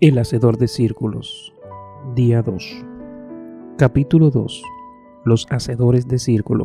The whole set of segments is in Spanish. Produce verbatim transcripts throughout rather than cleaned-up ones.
El hacedor de círculos. Día dos. Capítulo dos. Los hacedores de círculo.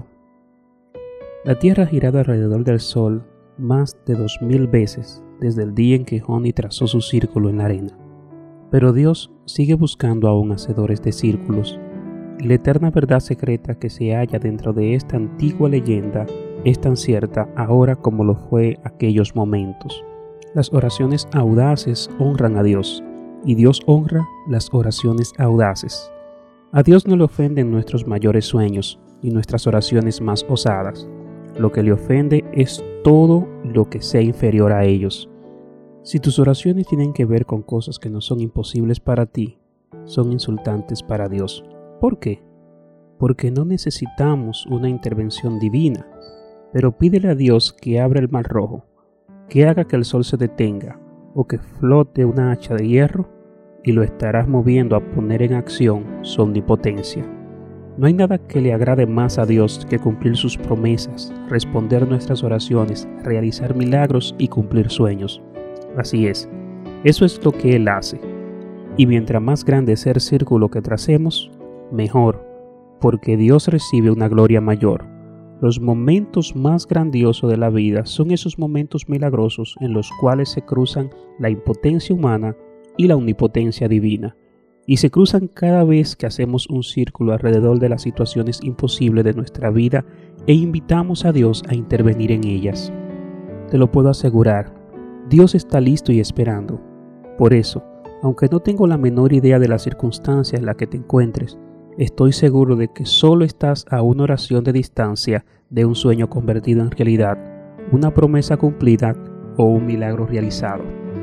La Tierra ha girado alrededor del Sol más de dos mil veces desde el día en que Honi trazó su círculo en la arena. Pero Dios sigue buscando aún hacedores de círculos, y la eterna verdad secreta que se halla dentro de esta antigua leyenda es tan cierta ahora como lo fue aquellos momentos. Las oraciones audaces honran a Dios, y Dios honra las oraciones audaces. A Dios no le ofenden nuestros mayores sueños y nuestras oraciones más osadas. Lo que le ofende es todo lo que sea inferior a ellos. Si tus oraciones tienen que ver con cosas que no son imposibles para ti, son insultantes para Dios. ¿Por qué? Porque no necesitamos una intervención divina, pero pídele a Dios que abra el mar rojo, que haga que el sol se detenga o que flote una hacha de hierro, y lo estarás moviendo a poner en acción su omnipotencia. No hay nada que le agrade más a Dios que cumplir sus promesas, responder nuestras oraciones, realizar milagros y cumplir sueños. Así es, eso es lo que Él hace. Y mientras más grande sea el círculo que tracemos, mejor, porque Dios recibe una gloria mayor. Los momentos más grandiosos de la vida son esos momentos milagrosos en los cuales se cruzan la impotencia humana y la omnipotencia divina, y se cruzan cada vez que hacemos un círculo alrededor de las situaciones imposibles de nuestra vida e invitamos a Dios a intervenir en ellas. Te lo puedo asegurar, Dios está listo y esperando. Por eso, aunque no tengo la menor idea de las circunstancias en las que te encuentres, estoy seguro de que solo estás a una oración de distancia de un sueño convertido en realidad, una promesa cumplida o un milagro realizado.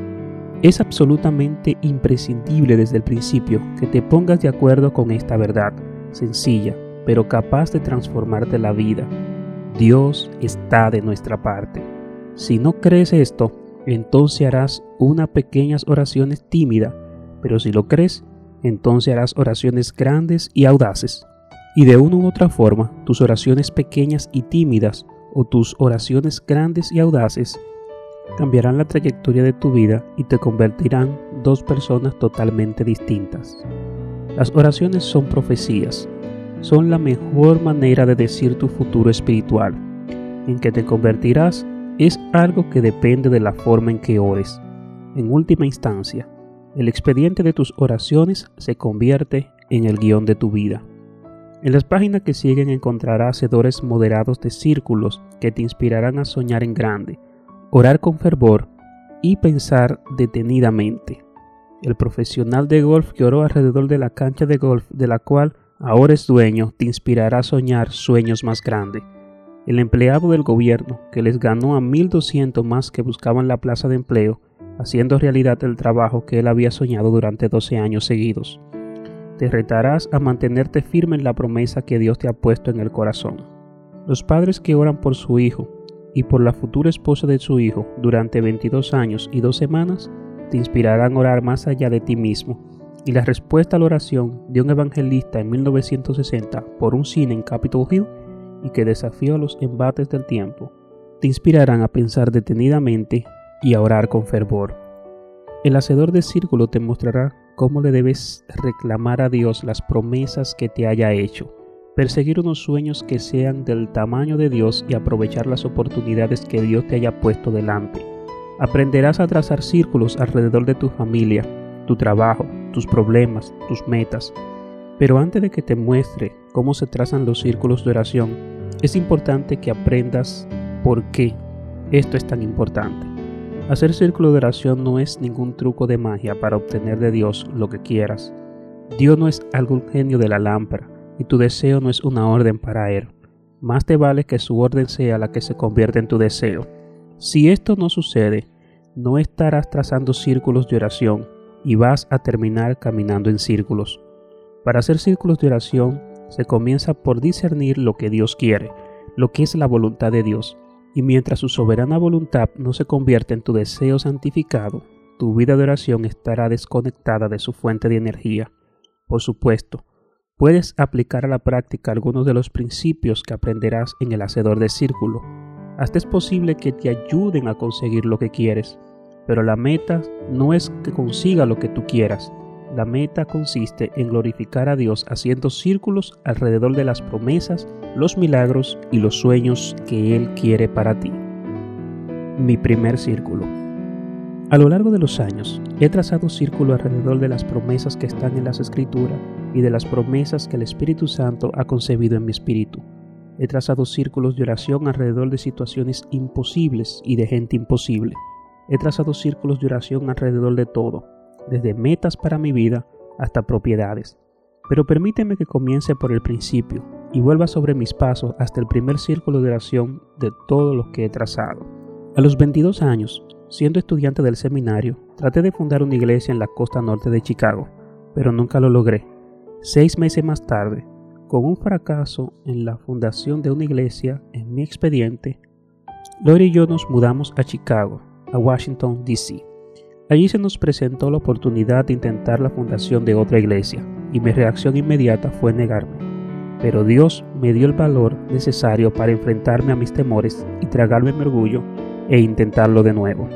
Es absolutamente imprescindible desde el principio que te pongas de acuerdo con esta verdad, sencilla, pero capaz de transformarte la vida. Dios está de nuestra parte. Si no crees esto, entonces harás unas pequeñas oraciones tímidas, pero si lo crees, entonces harás oraciones grandes y audaces. Y de una u otra forma, tus oraciones pequeñas y tímidas o tus oraciones grandes y audaces cambiarán la trayectoria de tu vida y te convertirán en dos personas totalmente distintas. Las oraciones son profecías, son la mejor manera de decir tu futuro espiritual. En que te convertirás es algo que depende de la forma en que ores. En última instancia, el expediente de tus oraciones se convierte en el guión de tu vida. En las páginas que siguen encontrarás hacedores moderados de círculos que te inspirarán a soñar en grande, orar con fervor y pensar detenidamente. El profesional de golf que oró alrededor de la cancha de golf de la cual ahora es dueño te inspirará a soñar sueños más grandes. El empleado del gobierno que les ganó a mil doscientos más que buscaban la plaza de empleo, haciendo realidad el trabajo que él había soñado durante doce años seguidos. Te retarás a mantenerte firme en la promesa que Dios te ha puesto en el corazón. Los padres que oran por su hijo y por la futura esposa de su hijo durante veintidós años y dos semanas, te inspirarán a orar más allá de ti mismo. Y la respuesta a la oración de un evangelista en mil novecientos sesenta por un cine en Capitol Hill y que desafió los embates del tiempo, te inspirarán a pensar detenidamente y a orar con fervor. El hacedor de círculo te mostrará cómo le debes reclamar a Dios las promesas que te haya hecho, perseguir unos sueños que sean del tamaño de Dios y aprovechar las oportunidades que Dios te haya puesto delante. Aprenderás a trazar círculos alrededor de tu familia, tu trabajo, tus problemas, tus metas. Pero antes de que te muestre cómo se trazan los círculos de oración, es importante que aprendas por qué esto es tan importante. Hacer círculo de oración no es ningún truco de magia para obtener de Dios lo que quieras. Dios no es algún genio de la lámpara y tu deseo no es una orden para Él. Más te vale que su orden sea la que se convierta en tu deseo. Si esto no sucede, no estarás trazando círculos de oración y vas a terminar caminando en círculos. Para hacer círculos de oración se comienza por discernir lo que Dios quiere, lo que es la voluntad de Dios. Y mientras su soberana voluntad no se convierte en tu deseo santificado, tu vida de oración estará desconectada de su fuente de energía. Por supuesto, puedes aplicar a la práctica algunos de los principios que aprenderás en el hacedor de círculo. Hasta es posible que te ayuden a conseguir lo que quieres, pero la meta no es que consiga lo que tú quieras. La meta consiste en glorificar a Dios haciendo círculos alrededor de las promesas, los milagros y los sueños que Él quiere para ti. Mi primer círculo. A lo largo de los años, he trazado círculo alrededor de las promesas que están en las Escrituras y de las promesas que el Espíritu Santo ha concebido en mi espíritu. He trazado círculos de oración alrededor de situaciones imposibles y de gente imposible. He trazado círculos de oración alrededor de todo, desde metas para mi vida hasta propiedades. Pero permíteme que comience por el principio y vuelva sobre mis pasos hasta el primer círculo de oración de todos los que he trazado. A los veintidós años, siendo estudiante del seminario, traté de fundar una iglesia en la costa norte de Chicago, pero nunca lo logré. Seis meses más tarde, con un fracaso en la fundación de una iglesia en mi expediente, Lori y yo nos mudamos a Chicago, a Washington, D C Allí se nos presentó la oportunidad de intentar la fundación de otra iglesia, y mi reacción inmediata fue negarme. Pero Dios me dio el valor necesario para enfrentarme a mis temores y tragarme mi orgullo e intentarlo de nuevo.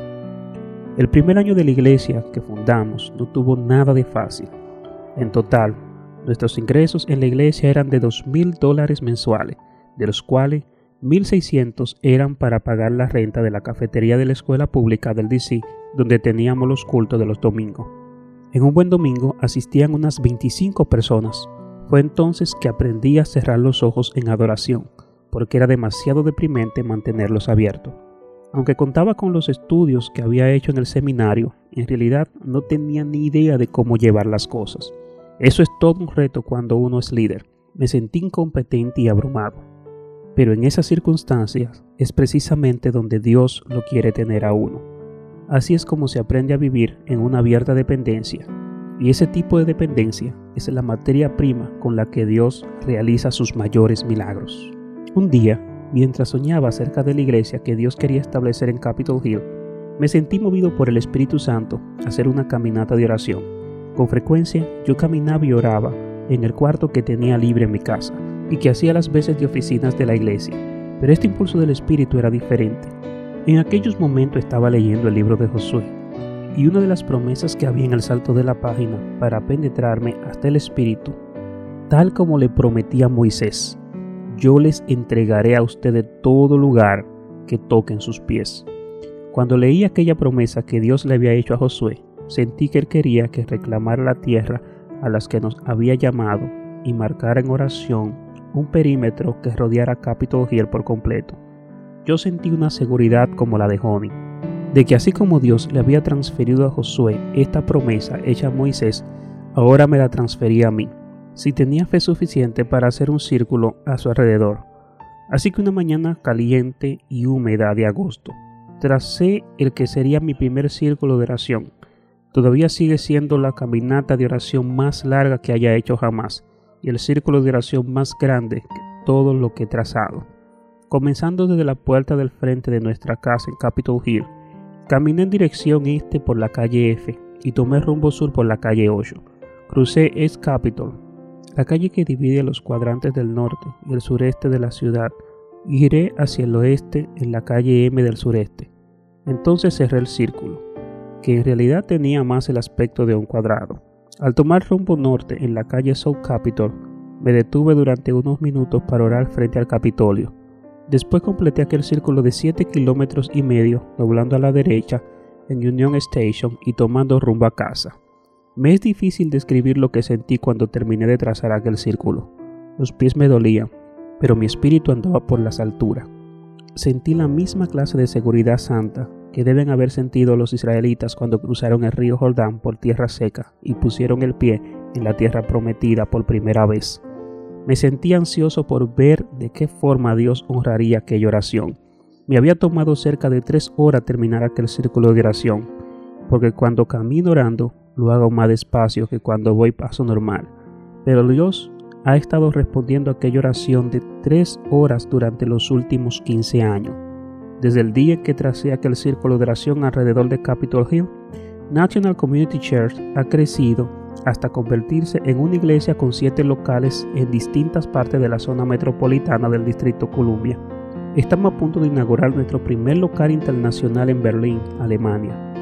El primer año de la iglesia que fundamos no tuvo nada de fácil. En total, nuestros ingresos en la iglesia eran de dos mil dólares mensuales, de los cuales mil seiscientos eran para pagar la renta de la cafetería de la escuela pública del D C, donde teníamos los cultos de los domingos. En un buen domingo asistían unas veinticinco personas. Fue entonces que aprendí a cerrar los ojos en adoración, porque era demasiado deprimente mantenerlos abiertos. Aunque contaba con los estudios que había hecho en el seminario, en realidad no tenía ni idea de cómo llevar las cosas. Eso es todo un reto cuando uno es líder. Me sentí incompetente y abrumado. Pero en esas circunstancias es precisamente donde Dios lo quiere tener a uno. Así es como se aprende a vivir en una abierta dependencia. Y ese tipo de dependencia es la materia prima con la que Dios realiza sus mayores milagros. Un día, mientras soñaba acerca de la iglesia que Dios quería establecer en Capitol Hill, me sentí movido por el Espíritu Santo a hacer una caminata de oración. Con frecuencia, yo caminaba y oraba en el cuarto que tenía libre en mi casa y que hacía las veces de oficinas de la iglesia. Pero este impulso del Espíritu era diferente. En aquellos momentos estaba leyendo el libro de Josué, y una de las promesas que había en el salto de la página para penetrarme hasta el Espíritu, tal como le prometí a Moisés: yo les entregaré a ustedes todo lugar que toquen sus pies. Cuando leí aquella promesa que Dios le había hecho a Josué, sentí que él quería que reclamara la tierra a las que nos había llamado y marcara en oración un perímetro que rodeara Capitol Hill por completo. Yo sentí una seguridad como la de Johnny, de que así como Dios le había transferido a Josué esta promesa hecha a Moisés, ahora me la transfería a mí, si tenía fe suficiente para hacer un círculo a su alrededor. Así que una mañana caliente y húmeda de agosto, tracé el que sería mi primer círculo de oración. Todavía sigue siendo la caminata de oración más larga que haya hecho jamás, y el círculo de oración más grande que todo lo que he trazado. Comenzando desde la puerta del frente de nuestra casa en Capitol Hill, caminé en dirección este por la calle F y tomé rumbo sur por la calle ocho. Crucé East Capitol, la calle que divide los cuadrantes del norte y el sureste de la ciudad, y giré hacia el oeste en la calle M del sureste. Entonces cerré el círculo, que en realidad tenía más el aspecto de un cuadrado. Al tomar rumbo norte en la calle South Capitol, me detuve durante unos minutos para orar frente al Capitolio. Después completé aquel círculo de siete kilómetros y medio, doblando a la derecha en Union Station y tomando rumbo a casa. Me es difícil describir lo que sentí cuando terminé de trazar aquel círculo. Los pies me dolían, pero mi espíritu andaba por las alturas. Sentí la misma clase de seguridad santa que deben haber sentido los israelitas cuando cruzaron el río Jordán por tierra seca y pusieron el pie en la tierra prometida por primera vez. Me sentí ansioso por ver de qué forma Dios honraría aquella oración. Me había tomado cerca de tres horas terminar aquel círculo de oración, porque cuando camino orando lo hago más despacio que cuando voy paso normal. Pero Dios ha estado respondiendo a aquella oración de tres horas durante los últimos quince años. Desde el día que tracé aquel círculo de oración alrededor de Capitol Hill, National Community Church ha crecido hasta convertirse en una iglesia con siete locales en distintas partes de la zona metropolitana del Distrito Columbia. Estamos a punto de inaugurar nuestro primer local internacional en Berlín, Alemania.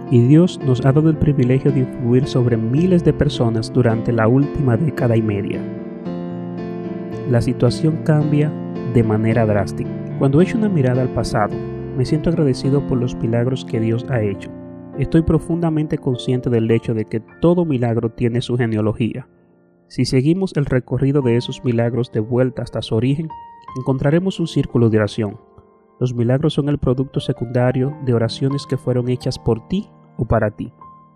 y Dios nos ha dado el privilegio de influir sobre miles de personas durante la última década y media. La situación cambia de manera drástica. Cuando echo una mirada al pasado, me siento agradecido por los milagros que Dios ha hecho. Estoy profundamente consciente del hecho de que todo milagro tiene su genealogía. Si seguimos el recorrido de esos milagros de vuelta hasta su origen, encontraremos un círculo de oración. Los milagros son el producto secundario de oraciones que fueron hechas por ti o para ti.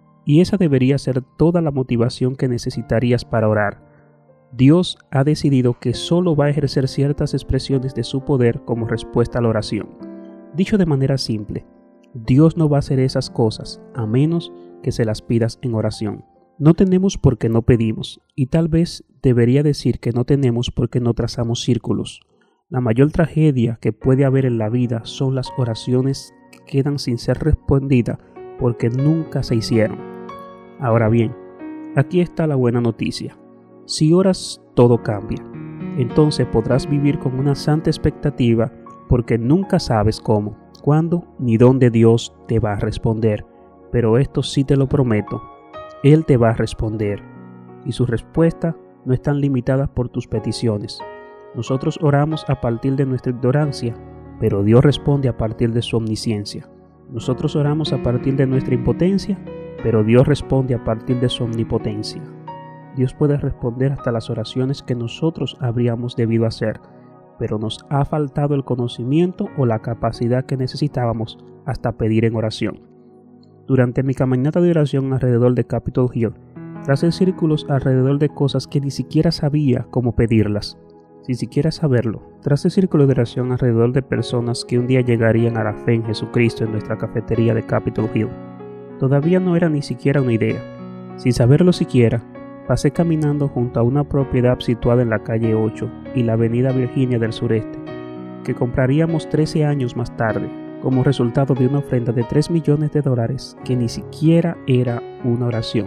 Y esa debería ser toda la motivación que necesitarías para orar. Dios ha decidido que solo va a ejercer ciertas expresiones de su poder como respuesta a la oración. Dicho de manera simple, Dios no va a hacer esas cosas a menos que se las pidas en oración. No tenemos porque no pedimos, y tal vez debería decir que no tenemos porque no trazamos círculos. La mayor tragedia que puede haber en la vida son las oraciones que quedan sin ser respondidas porque nunca se hicieron. Ahora bien, aquí está la buena noticia. Si oras, todo cambia. Entonces podrás vivir con una santa expectativa porque nunca sabes cómo, cuándo ni dónde Dios te va a responder. Pero esto sí te lo prometo, Él te va a responder. Y su respuesta no están limitadas por tus peticiones. Nosotros oramos a partir de nuestra ignorancia, pero Dios responde a partir de su omnisciencia. Nosotros oramos a partir de nuestra impotencia, pero Dios responde a partir de su omnipotencia. Dios puede responder hasta las oraciones que nosotros habríamos debido hacer, pero nos ha faltado el conocimiento o la capacidad que necesitábamos hasta pedir en oración. Durante mi caminata de oración alrededor de Capitol Hill, tracé círculos alrededor de cosas que ni siquiera sabía cómo pedirlas. Sin siquiera saberlo, tracé círculos de oración alrededor de personas que un día llegarían a la fe en Jesucristo en nuestra cafetería de Capitol Hill. Todavía no era ni siquiera una idea. Sin saberlo siquiera, pasé caminando junto a una propiedad situada en la calle ocho y la avenida Virginia del sureste, que compraríamos trece años más tarde, como resultado de una ofrenda de tres millones de dólares que ni siquiera era una oración.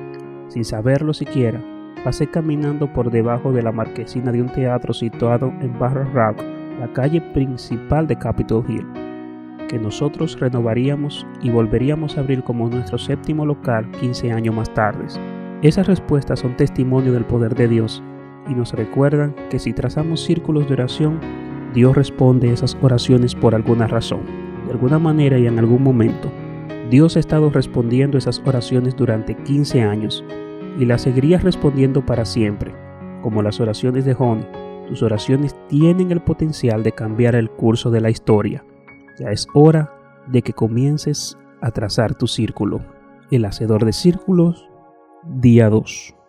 Sin saberlo siquiera, pasé caminando por debajo de la marquesina de un teatro situado en Barrow Rock, la calle principal de Capitol Hill, que nosotros renovaríamos y volveríamos a abrir como nuestro séptimo local quince años más tarde. Esas respuestas son testimonio del poder de Dios y nos recuerdan que si trazamos círculos de oración, Dios responde esas oraciones por alguna razón, de alguna manera y en algún momento. Dios ha estado respondiendo esas oraciones durante quince años y las seguiría respondiendo para siempre. Como las oraciones de Honey, tus oraciones tienen el potencial de cambiar el curso de la historia. Ya es hora de que comiences a trazar tu círculo. El hacedor de círculos, día dos.